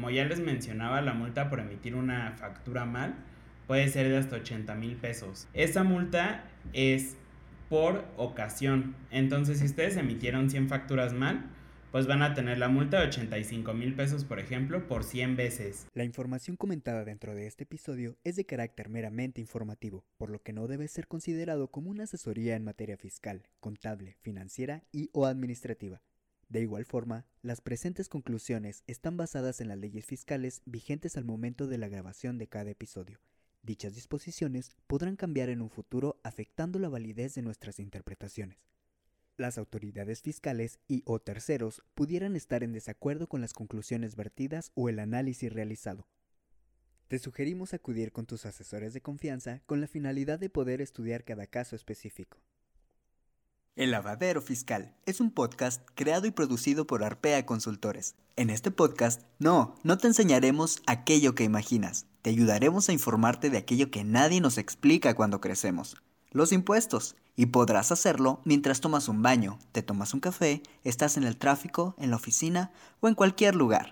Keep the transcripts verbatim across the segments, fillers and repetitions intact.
como ya les mencionaba, la multa por emitir una factura mal puede ser de hasta ochenta mil pesos. Esa multa es por ocasión. Entonces, si ustedes emitieron cien facturas mal, pues van a tener la multa de ochenta y cinco mil pesos, por ejemplo, por cien veces. La información comentada dentro de este episodio es de carácter meramente informativo, por lo que no debe ser considerado como una asesoría en materia fiscal, contable, financiera y o administrativa. De igual forma, las presentes conclusiones están basadas en las leyes fiscales vigentes al momento de la grabación de cada episodio. Dichas disposiciones podrán cambiar en un futuro afectando la validez de nuestras interpretaciones. Las autoridades fiscales y o terceros pudieran estar en desacuerdo con las conclusiones vertidas o el análisis realizado. Te sugerimos acudir con tus asesores de confianza con la finalidad de poder estudiar cada caso específico. El Lavadero Fiscal es un podcast creado y producido por Arpea Consultores. En este podcast, no, no te enseñaremos aquello que imaginas. Te ayudaremos a informarte de aquello que nadie nos explica cuando crecemos. Los impuestos. Y podrás hacerlo mientras tomas un baño, te tomas un café, estás en el tráfico, en la oficina o en cualquier lugar.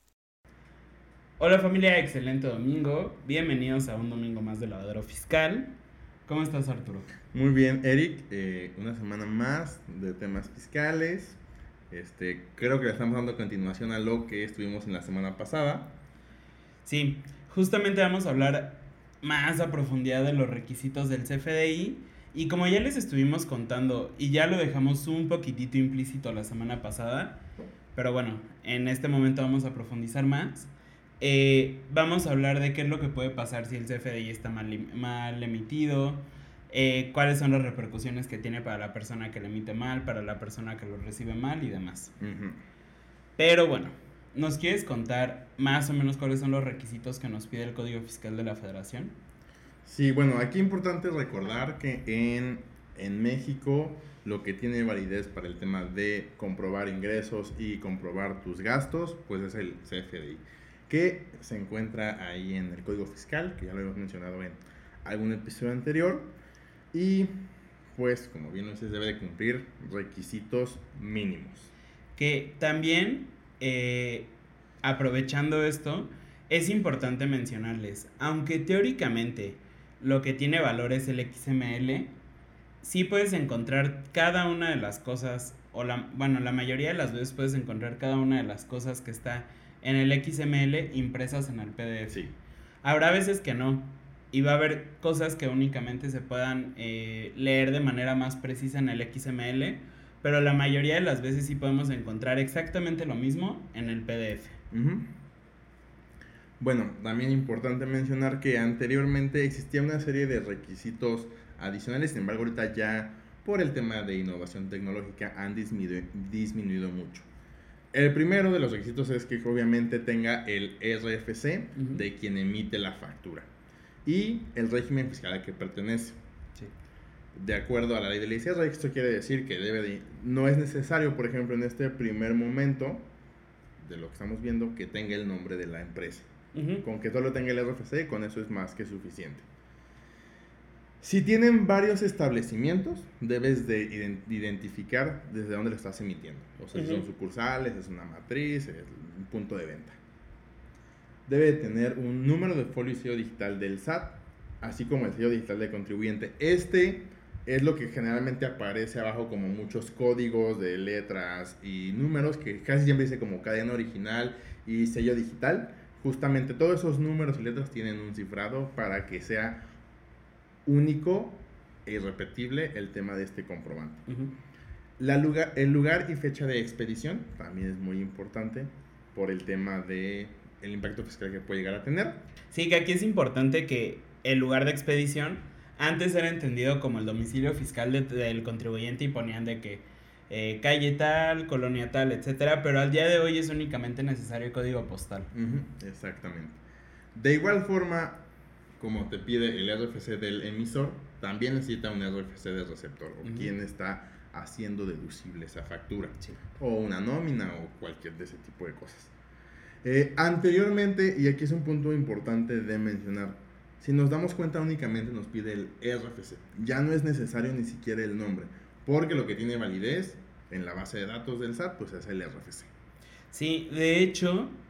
Hola familia, excelente domingo. Bienvenidos a un domingo más de Lavadero Fiscal. ¿Cómo estás, Arturo? Muy bien, Eric. Eh, una semana más de temas fiscales. Este, creo que le estamos dando continuación a lo que estuvimos en la semana pasada. Sí, justamente vamos a hablar más a profundidad de los requisitos del C F D I. Y como ya les estuvimos contando, y ya lo dejamos un poquitito implícito la semana pasada, pero bueno, en este momento vamos a profundizar más. Eh, vamos a hablar de qué es lo que puede pasar si el C F D I está mal, mal emitido, eh, cuáles son las repercusiones que tiene para la persona que lo emite mal, para la persona que lo recibe mal y demás. Uh-huh. Pero bueno, ¿nos quieres contar más o menos cuáles son los requisitos que nos pide el Código Fiscal de la Federación? Sí, bueno, aquí es importante recordar que en, en México lo que tiene validez para el tema de comprobar ingresos y comprobar tus gastos, pues es el C F D I, que se encuentra ahí en el Código Fiscal, que ya lo hemos mencionado en algún episodio anterior, y pues como bien lo dices, debe de cumplir requisitos mínimos. Que también, eh, aprovechando esto, es importante mencionarles, aunque teóricamente lo que tiene valor es el X M L, sí puedes encontrar cada una de las cosas, o la, bueno, la mayoría de las veces puedes encontrar cada una de las cosas que está en el X M L impresas en el P D F. Sí. Habrá veces que no, y va a haber cosas que únicamente se puedan eh, leer de manera más precisa en el X M L, pero la mayoría de las veces sí podemos encontrar exactamente lo mismo en el P D F. Uh-huh. Bueno, también importante mencionar que anteriormente existía una serie de requisitos adicionales, sin embargo ahorita ya por el tema de innovación tecnológica han disminuido, disminuido mucho. El primero de los requisitos es que obviamente tenga el R F C uh-huh. de quien emite la factura y el régimen fiscal al que pertenece. Sí. De acuerdo a la ley del I C R, esto quiere decir que debe de, no es necesario, por ejemplo, en este primer momento de lo que estamos viendo, que tenga el nombre de la empresa. Uh-huh. Con que solo tenga el R F C, con eso es más que suficiente. Si tienen varios establecimientos, debes de identificar desde dónde lo estás emitiendo. O sea, uh-huh. si son sucursales, es una matriz, es un punto de venta. Debe tener un número de folio y sello digital del S A T, así como el sello digital del contribuyente. Este es lo que generalmente aparece abajo como muchos códigos de letras y números, que casi siempre dice como cadena original y sello digital. Justamente todos esos números y letras tienen un cifrado para que sea único e irrepetible el tema de este comprobante. Uh-huh. La lugar, el lugar y fecha de expedición también es muy importante por el tema de el impacto fiscal que puede llegar a tener. Sí, que aquí es importante que el lugar de expedición antes era entendido como el domicilio fiscal de, del contribuyente y ponían de que eh, calle tal, colonia tal, etcétera, pero al día de hoy es únicamente necesario el código postal. Uh-huh, exactamente. De igual forma, como te pide el R F C del emisor, también necesita un R F C del receptor, o uh-huh. quien está haciendo deducible esa factura, sí. o una nómina o cualquier de ese tipo de cosas. Eh, anteriormente, y aquí es un punto importante de mencionar, si nos damos cuenta únicamente nos pide el R F C, ya no es necesario ni siquiera el nombre, porque lo que tiene validez en la base de datos del S A T pues es el R F C. Sí, de hecho,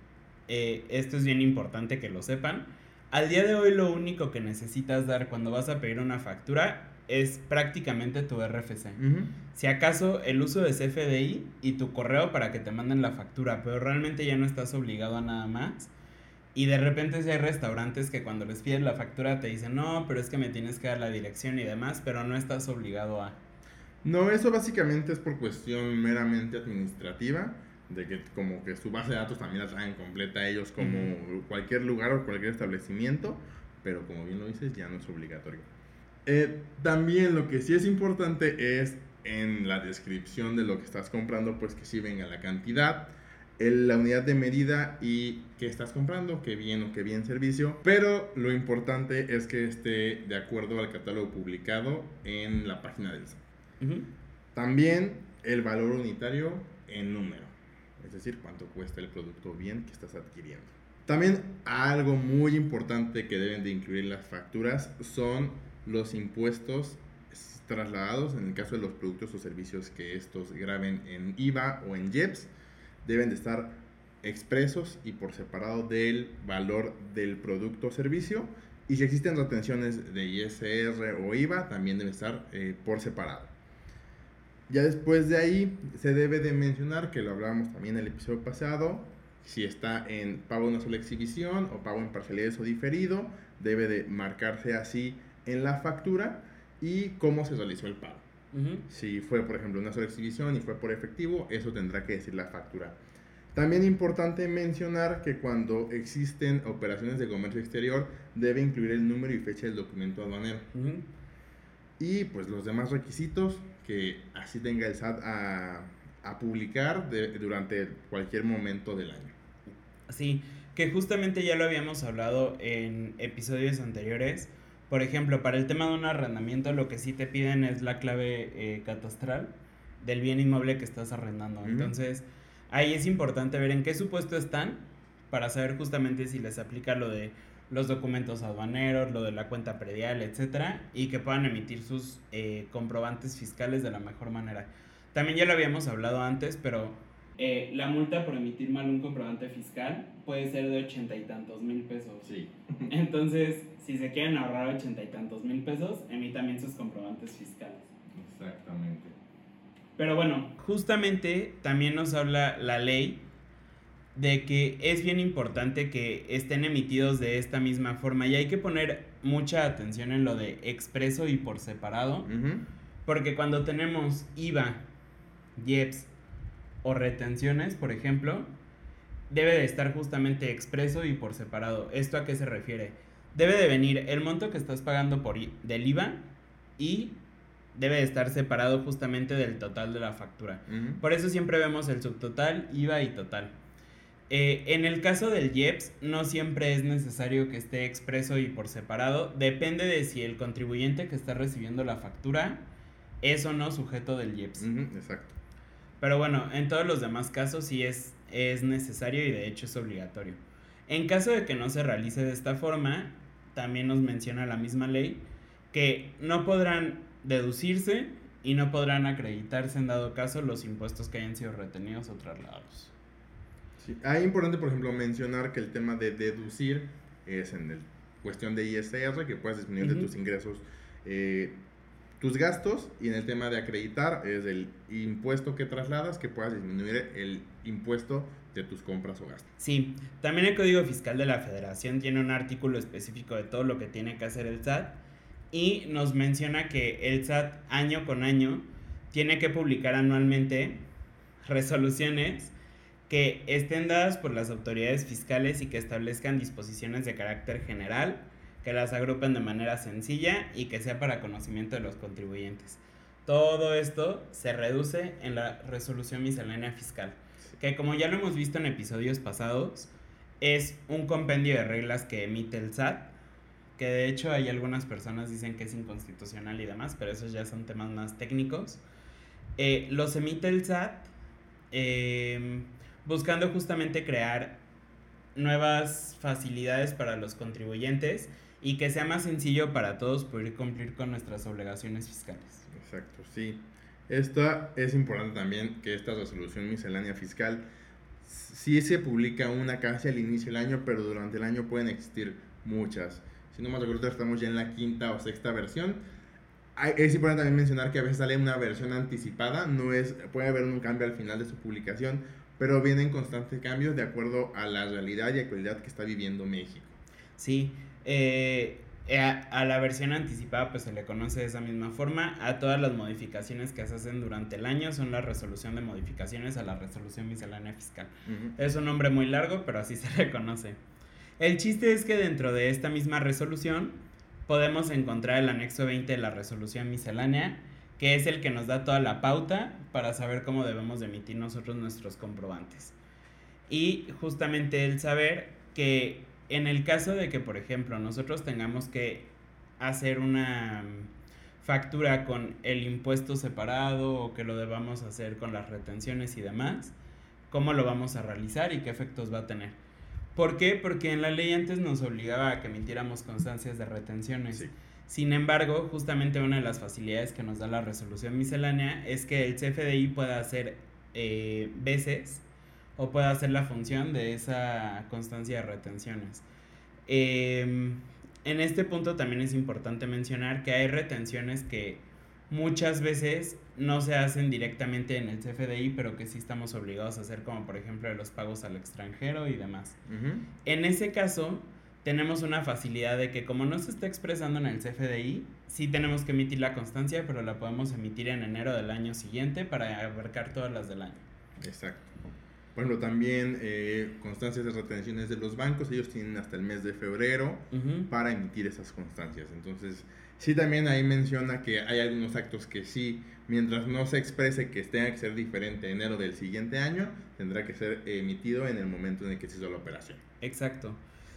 eh, esto es bien importante que lo sepan. Al día de hoy lo único que necesitas dar cuando vas a pedir una factura es prácticamente tu R F C. Uh-huh. Si acaso el uso de C F D I y tu correo para que te manden la factura, pero realmente ya no estás obligado a nada más. Y de repente si hay restaurantes que cuando les piden la factura te dicen, no, pero es que me tienes que dar la dirección y demás, pero no estás obligado a... No, eso básicamente es por cuestión meramente administrativa, de que como que su base de datos también la traen completa ellos como uh-huh. cualquier lugar o cualquier establecimiento, pero como bien lo dices, ya no es obligatorio. Eh, también lo que sí es importante es en la descripción de lo que estás comprando, pues que sí venga la cantidad, el, la unidad de medida y qué estás comprando, qué bien o qué bien servicio, pero lo importante es que esté de acuerdo al catálogo publicado en la página del S A T. Uh-huh. También el valor unitario en número. Es decir, cuánto cuesta el producto bien que estás adquiriendo. También algo muy importante que deben de incluir las facturas son los impuestos trasladados. En el caso de los productos o servicios que estos graben en I V A o en I E P S, deben de estar expresos y por separado del valor del producto o servicio. Y si existen retenciones de I S R o I V A, también deben estar eh, por separado. Ya después de ahí se debe de mencionar, que lo hablábamos también en el episodio pasado, si está en pago en una sola exhibición o pago en parcialidades o diferido, debe de marcarse así en la factura y cómo se realizó el pago. Uh-huh. Si fue, por ejemplo, una sola exhibición y fue por efectivo, eso tendrá que decir la factura. También es importante mencionar que cuando existen operaciones de comercio exterior, debe incluir el número y fecha del documento aduanero. Uh-huh. Y pues los demás requisitos que así tenga el S A T a, a publicar de, durante cualquier momento del año. Sí, que justamente ya lo habíamos hablado en episodios anteriores. Por ejemplo, para el tema de un arrendamiento, lo que sí te piden es la clave eh, catastral del bien inmueble que estás arrendando. Uh-huh. Entonces, ahí es importante ver en qué supuesto están para saber justamente si les aplica lo de los documentos aduaneros, lo de la cuenta predial, etcétera, y que puedan emitir sus eh, comprobantes fiscales de la mejor manera. También ya lo habíamos hablado antes, pero eh, la multa por emitir mal un comprobante fiscal puede ser de ochenta y tantos mil pesos. Sí. Entonces, si se quieren ahorrar ochenta y tantos mil pesos, emitan también sus comprobantes fiscales. Exactamente. Pero bueno, justamente también nos habla la ley de que es bien importante que estén emitidos de esta misma forma y hay que poner mucha atención en lo de expreso y por separado, uh-huh. porque cuando tenemos I V A, I E P S o retenciones, por ejemplo, debe de estar justamente expreso y por separado. ¿Esto a qué se refiere? Debe de venir el monto que estás pagando por I- del I V A y debe de estar separado justamente del total de la factura. Uh-huh. Por eso siempre vemos el subtotal, I V A y total. Eh, en el caso del I E P S no siempre es necesario que esté expreso y por separado, depende de si el contribuyente que está recibiendo la factura es o no sujeto del I E P S. Uh-huh, exacto. Pero bueno, en todos los demás casos sí es, es necesario y de hecho es obligatorio. En caso de que no se realice de esta forma, también nos menciona la misma ley que no podrán deducirse y no podrán acreditarse en dado caso los impuestos que hayan sido retenidos o trasladados. Sí. Es importante, por ejemplo, mencionar que el tema de deducir es en el cuestión de I S R, que puedes disminuir uh-huh. de tus ingresos eh, tus gastos, y en el tema de acreditar es el impuesto que trasladas, que puedas disminuir el impuesto de tus compras o gastos. Sí, también el Código Fiscal de la Federación tiene un artículo específico de todo lo que tiene que hacer el S A T y nos menciona que el S A T año con año tiene que publicar anualmente resoluciones que estén dadas por las autoridades fiscales y que establezcan disposiciones de carácter general, que las agrupen de manera sencilla y que sea para conocimiento de los contribuyentes. Todo esto se reduce en la resolución miscelánea fiscal, que como ya lo hemos visto en episodios pasados, es un compendio de reglas que emite el S A T, que de hecho hay algunas personas dicen que es inconstitucional y demás, pero esos ya son temas más técnicos. Eh, los emite el S A T eh, buscando justamente crear nuevas facilidades para los contribuyentes y que sea más sencillo para todos poder cumplir con nuestras obligaciones fiscales. Exacto, sí. Esto es importante también, que esta resolución miscelánea fiscal sí se publica una casi al inicio del año, pero durante el año pueden existir muchas. Si no me recuerdo, estamos ya en la quinta o sexta versión. Es importante también mencionar que a veces sale una versión anticipada, no es, puede haber un cambio al final de su publicación, pero vienen constantes cambios de acuerdo a la realidad y actualidad que está viviendo México. Sí, eh, a, a la versión anticipada pues se le conoce de esa misma forma. A todas las modificaciones que se hacen durante el año son la resolución de modificaciones a la resolución miscelánea fiscal. Uh-huh. Es un nombre muy largo, pero así se le conoce. El chiste es que dentro de esta misma resolución podemos encontrar el anexo veinte de la resolución miscelánea, que es el que nos da toda la pauta para saber cómo debemos de emitir nosotros nuestros comprobantes. Y justamente el saber que en el caso de que, por ejemplo, nosotros tengamos que hacer una factura con el impuesto separado o que lo debamos hacer con las retenciones y demás, cómo lo vamos a realizar y qué efectos va a tener. ¿Por qué? Porque en la ley antes nos obligaba a que emitiéramos constancias de retenciones. Sí. Sin embargo, justamente una de las facilidades que nos da la resolución miscelánea es que el C F D I pueda hacer eh, veces o pueda hacer la función de esa constancia de retenciones. Eh, en este punto también es importante mencionar que hay retenciones que muchas veces no se hacen directamente en el C F D I, pero que sí estamos obligados a hacer, como por ejemplo de los pagos al extranjero y demás. Uh-huh. En ese caso, tenemos una facilidad de que como no se está expresando en el C F D I, sí tenemos que emitir la constancia, pero la podemos emitir en enero del año siguiente para abarcar todas las del año. Exacto. Bueno, también eh, constancias de retenciones de los bancos, ellos tienen hasta el mes de febrero uh-huh. para emitir esas constancias. Entonces, sí también ahí menciona que hay algunos actos que sí, mientras no se exprese que tenga que ser diferente enero del siguiente año, tendrá que ser emitido en el momento en el que se hizo la operación. Exacto.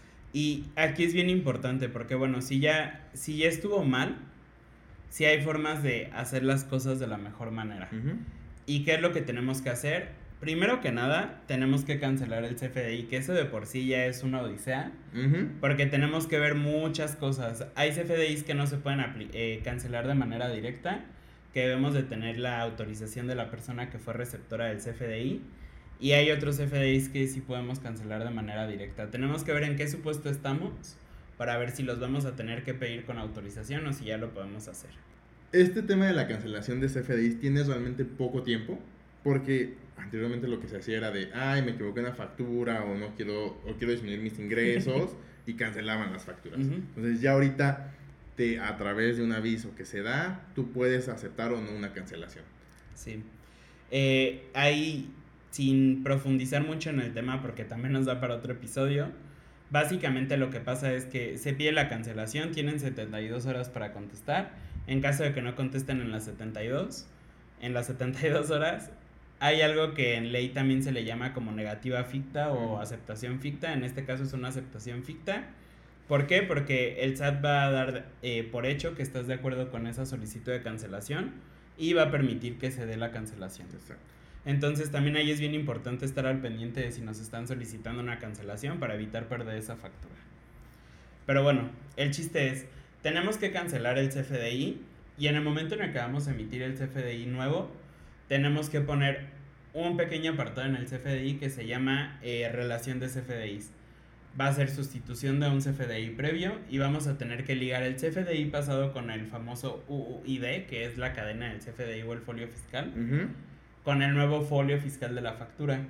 Y aquí es bien importante porque, bueno, si ya, si ya estuvo mal, sí hay formas de hacer las cosas de la mejor manera. Uh-huh. ¿Y qué es lo que tenemos que hacer? Primero que nada, tenemos que cancelar el C F D I, que eso de por sí ya es una odisea, uh-huh. porque tenemos que ver muchas cosas. Hay C F D Is que no se pueden apli- eh, cancelar de manera directa, que debemos de tener la autorización de la persona que fue receptora del C F D I, y hay otros C F D Is que sí podemos cancelar de manera directa. Tenemos que ver en qué supuesto estamos para ver si los vamos a tener que pedir con autorización o si ya lo podemos hacer. Este tema de la cancelación de C F D Is tiene realmente poco tiempo, porque anteriormente lo que se hacía era de, ay, me equivoqué en la factura o no quiero, o quiero disminuir mis ingresos y cancelaban las facturas. Uh-huh. Entonces ya ahorita, te, a través de un aviso que se da, tú puedes aceptar o no una cancelación. Sí. Eh, ahí, sin profundizar mucho en el tema, porque también nos da para otro episodio, básicamente lo que pasa es que se pide la cancelación, tienen setenta y dos horas para contestar. En caso de que no contesten en las setenta y dos, en las setenta y dos horas, hay algo que en ley también se le llama como negativa ficta o aceptación ficta. En este caso es una aceptación ficta. ¿Por qué? Porque el S A T va a dar eh, por hecho que estás de acuerdo con esa solicitud de cancelación y va a permitir que se dé la cancelación. Exacto. Entonces también ahí es bien importante estar al pendiente de si nos están solicitando una cancelación para evitar perder esa factura. Pero bueno, el chiste es, tenemos que cancelar el C F D I y en el momento en el que vamos a emitir el C F D I nuevo, tenemos que poner un pequeño apartado en el C F D I que se llama eh, relación de C F D Is. Va a ser sustitución de un C F D I previo y vamos a tener que ligar el C F D I pasado con el famoso U U I D, que es la cadena del C F D I o el folio fiscal, uh-huh. con el nuevo folio fiscal de la factura.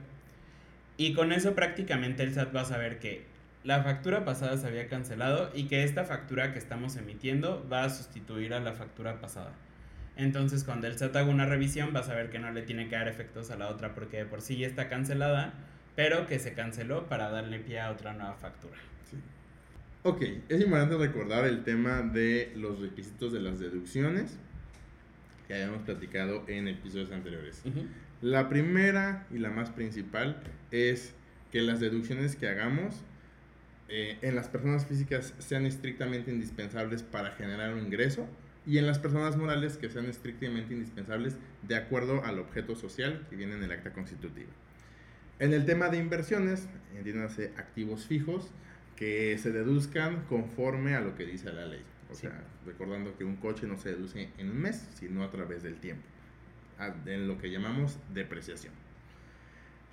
Y con eso prácticamente el S A T va a saber que la factura pasada se había cancelado y que esta factura que estamos emitiendo va a sustituir a la factura pasada. Entonces cuando el S A T haga una revisión va a saber que no le tiene que dar efectos a la otra porque de por sí ya está cancelada, pero que se canceló para darle pie a otra nueva factura. Sí. Ok, es importante recordar el tema de los requisitos de las deducciones que habíamos platicado en episodios anteriores. Uh-huh. La primera y la más principal es que las deducciones que hagamos eh, en las personas físicas sean estrictamente indispensables para generar un ingreso y en las personas morales que sean estrictamente indispensables de acuerdo al objeto social que viene en el acta constitutiva. En el tema de inversiones, entiéndase activos fijos que se deduzcan conforme a lo que dice la ley. O sí. sea, recordando que un coche no se deduce en un mes, sino a través del tiempo, en lo que llamamos depreciación.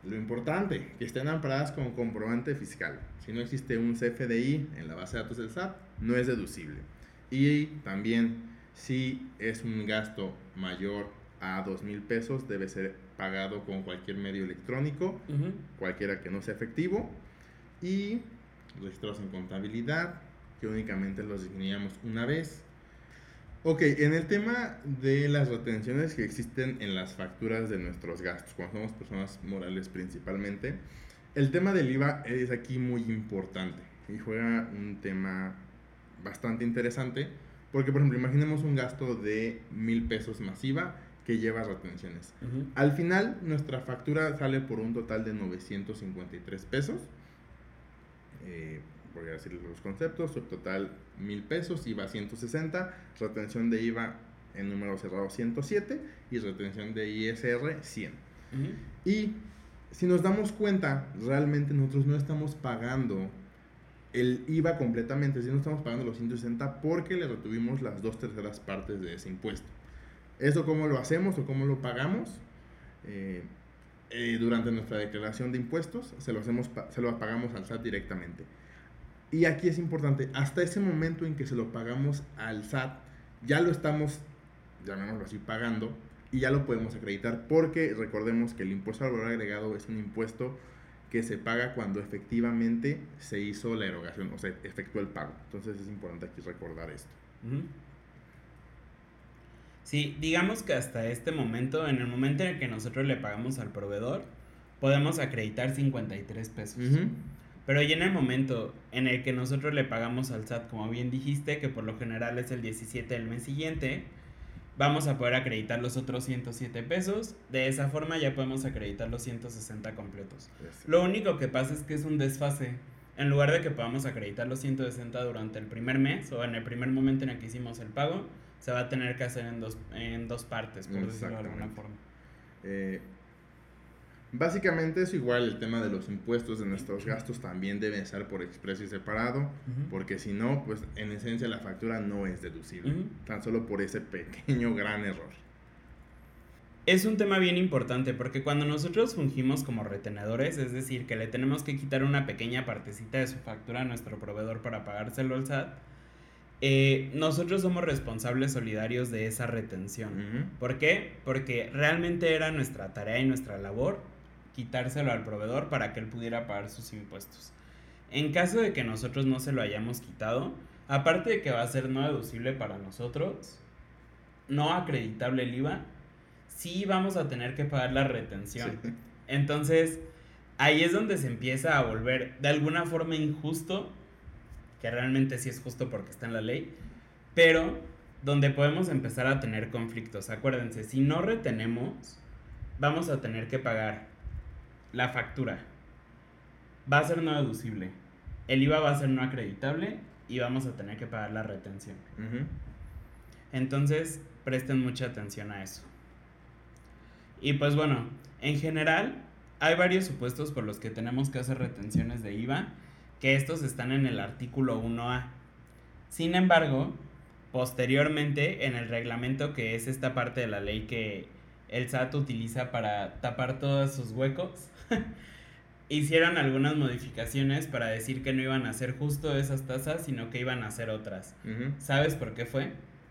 lo importante, que estén amparadas con comprobante fiscal. Si no existe un C F D I en la base de datos del S A T, no es deducible. Y también, si es un gasto mayor a dos mil pesos, debe ser pagado con cualquier medio electrónico, uh-huh. cualquiera que no sea efectivo. Y registros en contabilidad, que únicamente los definiríamos una vez. Ok, en el tema de las retenciones que existen en las facturas de nuestros gastos, cuando somos personas morales principalmente, el tema del I V A es aquí muy importante y juega un tema bastante interesante, porque por ejemplo, imaginemos un gasto de mil pesos más I V A que lleva retenciones. Uh-huh. Al final, nuestra factura sale por un total de novecientos cincuenta y tres pesos. Eh, voy a decirles los conceptos: subtotal mil pesos, I V A ciento sesenta, retención de I V A en número cerrado ciento siete y retención de I S R cien. Uh-huh. Y si nos damos cuenta, realmente nosotros no estamos pagando el I V A completamente, si no estamos pagando los ciento sesenta porque le retuvimos las dos terceras partes de ese impuesto. ¿Eso cómo lo hacemos o cómo lo pagamos? Eh, eh, durante nuestra declaración de impuestos se lo, hacemos, se lo pagamos al S A T directamente. Y aquí es importante, hasta ese momento en que se lo pagamos al S A T, ya lo estamos, llamémoslo así, pagando, y ya lo podemos acreditar, porque recordemos que el impuesto al valor agregado es un impuesto que se paga cuando efectivamente se hizo la erogación, o sea, efectuó el pago. Entonces es importante aquí recordar esto. Uh-huh. Sí, digamos que hasta este momento, en el momento en el que nosotros le pagamos al proveedor, podemos acreditar cincuenta y tres pesos. Uh-huh. Pero ya en el momento en el que nosotros le pagamos al S A T, como bien dijiste, que por lo general es el diecisiete del mes siguiente, vamos a poder acreditar los otros ciento siete pesos. De esa forma ya podemos acreditar los ciento sesenta completos. Yes. Lo único que pasa es que es un desfase. En lugar de que podamos acreditar los ciento sesenta durante el primer mes o en el primer momento en el que hicimos el pago, se va a tener que hacer en dos, en dos partes, por decirlo de alguna forma. Eh, básicamente es igual el tema de los impuestos de nuestros gastos, también deben estar por expreso y separado, uh-huh. porque si no, pues en esencia la factura no es deducible, uh-huh. tan solo por ese pequeño gran error. Es un tema bien importante porque cuando nosotros fungimos como retenedores, es decir, que le tenemos que quitar una pequeña partecita de su factura a nuestro proveedor para pagárselo al S A T, Eh, nosotros somos responsables solidarios de esa retención. Uh-huh. ¿Por qué? Porque realmente era nuestra tarea y nuestra labor quitárselo al proveedor para que él pudiera pagar sus impuestos. En caso de que nosotros no se lo hayamos quitado, aparte de que va a ser no deducible para nosotros, no acreditable el I V A, sí vamos a tener que pagar la retención. Sí. Entonces, ahí es donde se empieza a volver de alguna forma injusto, que realmente sí es justo porque está en la ley, pero donde podemos empezar a tener conflictos. Acuérdense, si no retenemos, vamos a tener que pagar la factura. Va a ser no deducible. El I V A va a ser no acreditable y vamos a tener que pagar la retención. Uh-huh. Entonces, presten mucha atención a eso. Y pues bueno, en general, hay varios supuestos por los que tenemos que hacer retenciones de I V A, que estos están en el artículo uno A. Sin embargo, posteriormente, en el reglamento, que es esta parte de la ley que el S A T utiliza para tapar todos sus huecos, hicieron algunas modificaciones para decir que no iban a ser justo esas tasas, sino que iban a ser otras. Uh-huh. ¿Sabes por qué fue?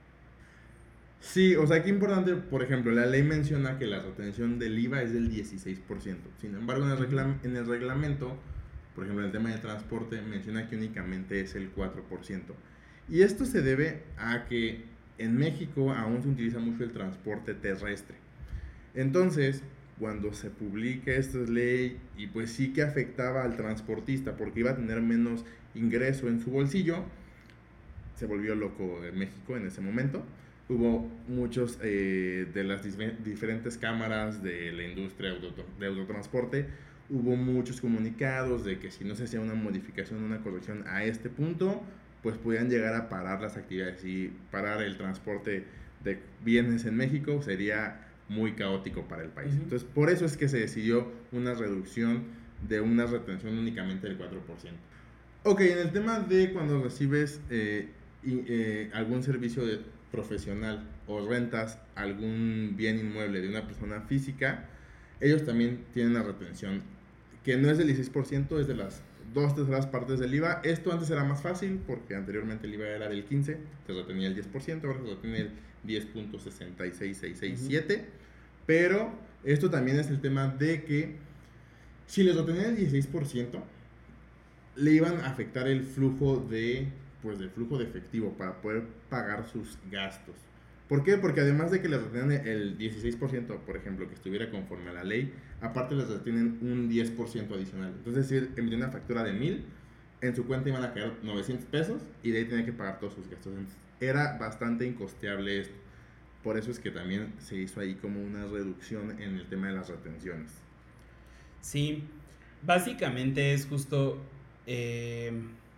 Sí, o sea, qué importante, por ejemplo, la ley menciona que la retención del I V A es del dieciséis por ciento. Sin embargo, en el, regla- en el reglamento, por ejemplo, en el tema de transporte, menciona que únicamente es el cuatro por ciento. Y esto se debe a que en México aún se utiliza mucho el transporte terrestre. Entonces, cuando se publica esta ley, y pues sí que afectaba al transportista porque iba a tener menos ingreso en su bolsillo, se volvió loco en México en ese momento. Hubo muchos eh, de las dif- diferentes cámaras de la industria auto- de autotransporte, hubo muchos comunicados de que si no se hacía una modificación, una corrección a este punto, pues podían llegar a parar las actividades, y parar el transporte de bienes en México sería muy caótico para el país. Uh-huh. Entonces, por eso es que se decidió una reducción de una retención únicamente del cuatro por ciento. Ok, en el tema de cuando recibes eh, y, eh, algún servicio de profesional o rentas algún bien inmueble de una persona física, ellos también tienen una retención que no es del dieciséis por ciento, es de las dos terceras partes del I V A. Esto antes era más fácil porque anteriormente el I V A era del quince, te retenía el diez por ciento, ahora se retiene el diez punto seis seis seis seis seis siete. Uh-huh. Pero esto también es el tema de que si les retenían el dieciséis por ciento, le iban a afectar el flujo de, pues, del flujo de efectivo para poder pagar sus gastos. ¿Por qué? Porque además de que les retienen el dieciséis por ciento, por ejemplo, que estuviera conforme a la ley, aparte les retienen un diez por ciento adicional. Entonces, si emitían una factura de mil, en su cuenta iban a caer novecientos pesos y de ahí tenían que pagar todos sus gastos. Entonces, era bastante incosteable esto. Por eso es que también se hizo ahí como una reducción en el tema de las retenciones. Sí, básicamente es justo eh,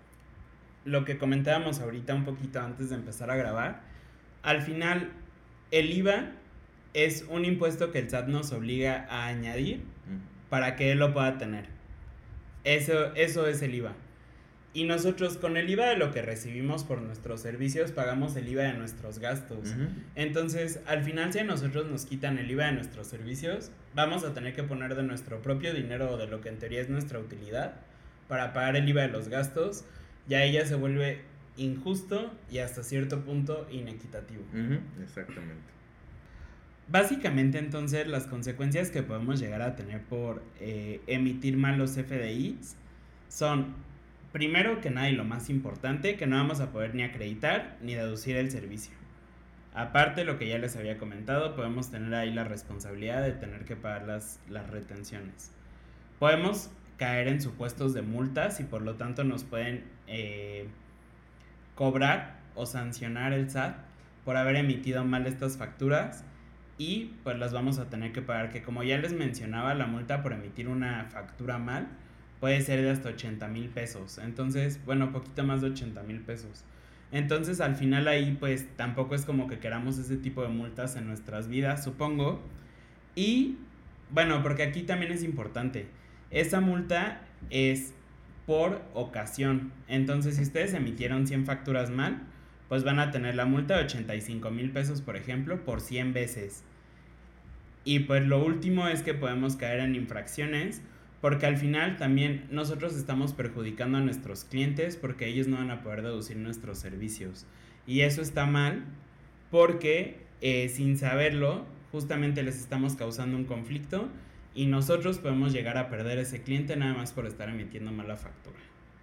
lo que comentábamos ahorita un poquito antes de empezar a grabar. Al final, el I V A es un impuesto que el S A T nos obliga a añadir mm. para que él lo pueda tener. Eso, eso es el I V A. Y nosotros con el I V A de lo que recibimos por nuestros servicios pagamos el I V A de nuestros gastos. Uh-huh. Entonces, al final, si a nosotros nos quitan el I V A de nuestros servicios, vamos a tener que poner de nuestro propio dinero o de lo que en teoría es nuestra utilidad para pagar el I V A de los gastos. Ya ella se vuelve injusto y hasta cierto punto inequitativo. Uh-huh. Exactamente. Básicamente, entonces, las consecuencias que podemos llegar a tener por eh, emitir mal los F D Is son, primero que nada y lo más importante, que no vamos a poder ni acreditar ni deducir el servicio. Aparte, lo que ya les había comentado, podemos tener ahí la responsabilidad de tener que pagar las, las retenciones. Podemos caer en supuestos de multas y por lo tanto nos pueden eh, cobrar o sancionar el S A T por haber emitido mal estas facturas y pues las vamos a tener que pagar, que como ya les mencionaba, la multa por emitir una factura mal puede ser de hasta ochenta mil pesos. Entonces, bueno, poquito más de ochenta mil pesos. Entonces, al final ahí, pues, tampoco es como que queramos ese tipo de multas en nuestras vidas, supongo. Y, bueno, porque aquí también es importante. Esa multa es por ocasión. Entonces, si ustedes emitieron cien facturas mal, pues van a tener la multa de ochenta y cinco mil pesos, por ejemplo, por cien veces. Y, pues, lo último es que podemos caer en infracciones, porque al final también nosotros estamos perjudicando a nuestros clientes porque ellos no van a poder deducir nuestros servicios. Y eso está mal porque eh, sin saberlo justamente les estamos causando un conflicto y nosotros podemos llegar a perder ese cliente nada más por estar emitiendo mala factura.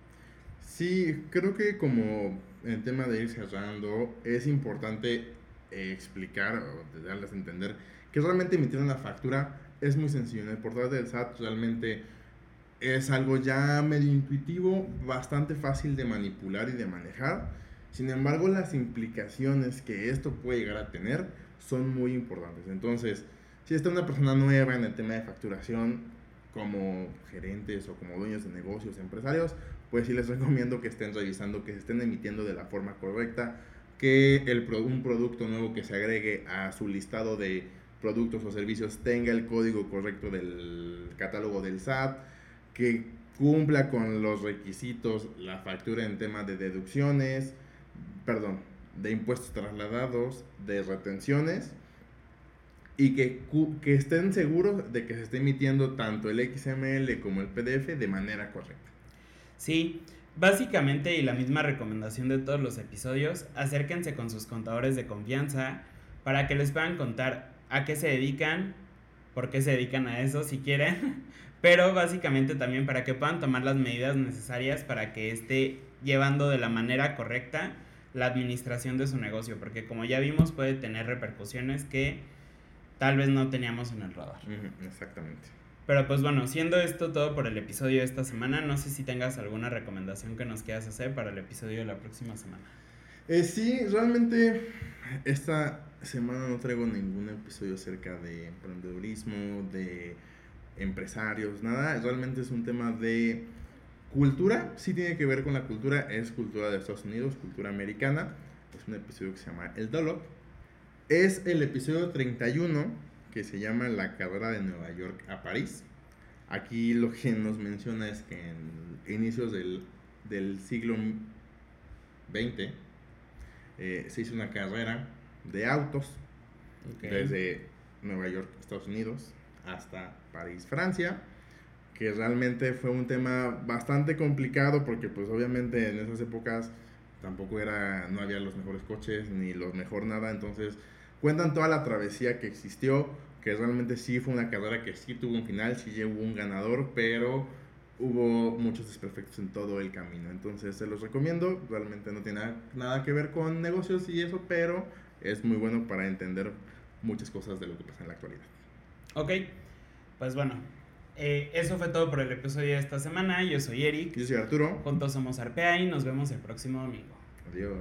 Sí, creo que como en el tema de ir cerrando es importante eh, explicar o darles a entender que realmente emitir una factura es muy sencillo. En el portal del S A T realmente es algo ya medio intuitivo, bastante fácil de manipular y de manejar. Sin embargo, las implicaciones que esto puede llegar a tener son muy importantes. Entonces, si está una persona nueva en el tema de facturación, como gerentes o como dueños de negocios, empresarios, pues sí les recomiendo que estén revisando, que se estén emitiendo de la forma correcta, que el, un producto nuevo que se agregue a su listado de productos o servicios tenga el código correcto del catálogo del S A T, que cumpla con los requisitos la factura en tema de deducciones, perdón, de impuestos trasladados, de retenciones, y que, que estén seguros de que se esté emitiendo tanto el X M L como el P D F de manera correcta. Sí, básicamente, y la misma recomendación de todos los episodios, acérquense con sus contadores de confianza para que les puedan contar a qué se dedican, por qué se dedican a eso si quieren, pero básicamente también para que puedan tomar las medidas necesarias para que esté llevando de la manera correcta la administración de su negocio, porque como ya vimos puede tener repercusiones que tal vez no teníamos en el radar. Uh-huh, exactamente. Pero pues bueno, siendo esto todo por el episodio de esta semana, no sé si tengas alguna recomendación que nos quieras hacer para el episodio de la próxima semana. Eh, sí, realmente esta semana no traigo ningún episodio acerca de emprendedurismo, de empresarios, nada. Realmente es un tema de cultura, sí tiene que ver con la cultura, es cultura de Estados Unidos, cultura americana. Es un episodio que se llama El Dollop. Es el episodio treinta y uno, que se llama La carrera de Nueva York a París. Aquí lo que nos menciona es que en inicios del, del siglo veinte eh, se hizo una carrera de autos, okay, desde Nueva York, Estados Unidos, hasta París, Francia, que realmente fue un tema bastante complicado porque pues obviamente en esas épocas tampoco era, no había los mejores coches ni los mejor nada, entonces cuentan toda la travesía que existió, que realmente sí fue una carrera que sí tuvo un final, sí hubo un ganador, pero hubo muchos desperfectos en todo el camino, entonces se los recomiendo, realmente no tiene nada, nada que ver con negocios y eso, pero es muy bueno para entender muchas cosas de lo que pasa en la actualidad. Ok, pues bueno, eh, eso fue todo por el episodio de esta semana. Yo soy Eric. Yo soy Arturo. Juntos somos Arpea y nos vemos el próximo domingo. Adiós.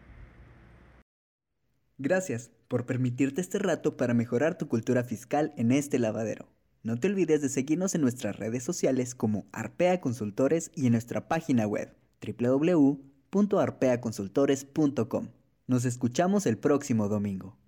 Gracias por permitirte este rato para mejorar tu cultura fiscal en este lavadero. No te olvides de seguirnos en nuestras redes sociales como Arpea Consultores y en nuestra página web doble u doble u doble u punto arpea consultores punto com. Nos escuchamos el próximo domingo.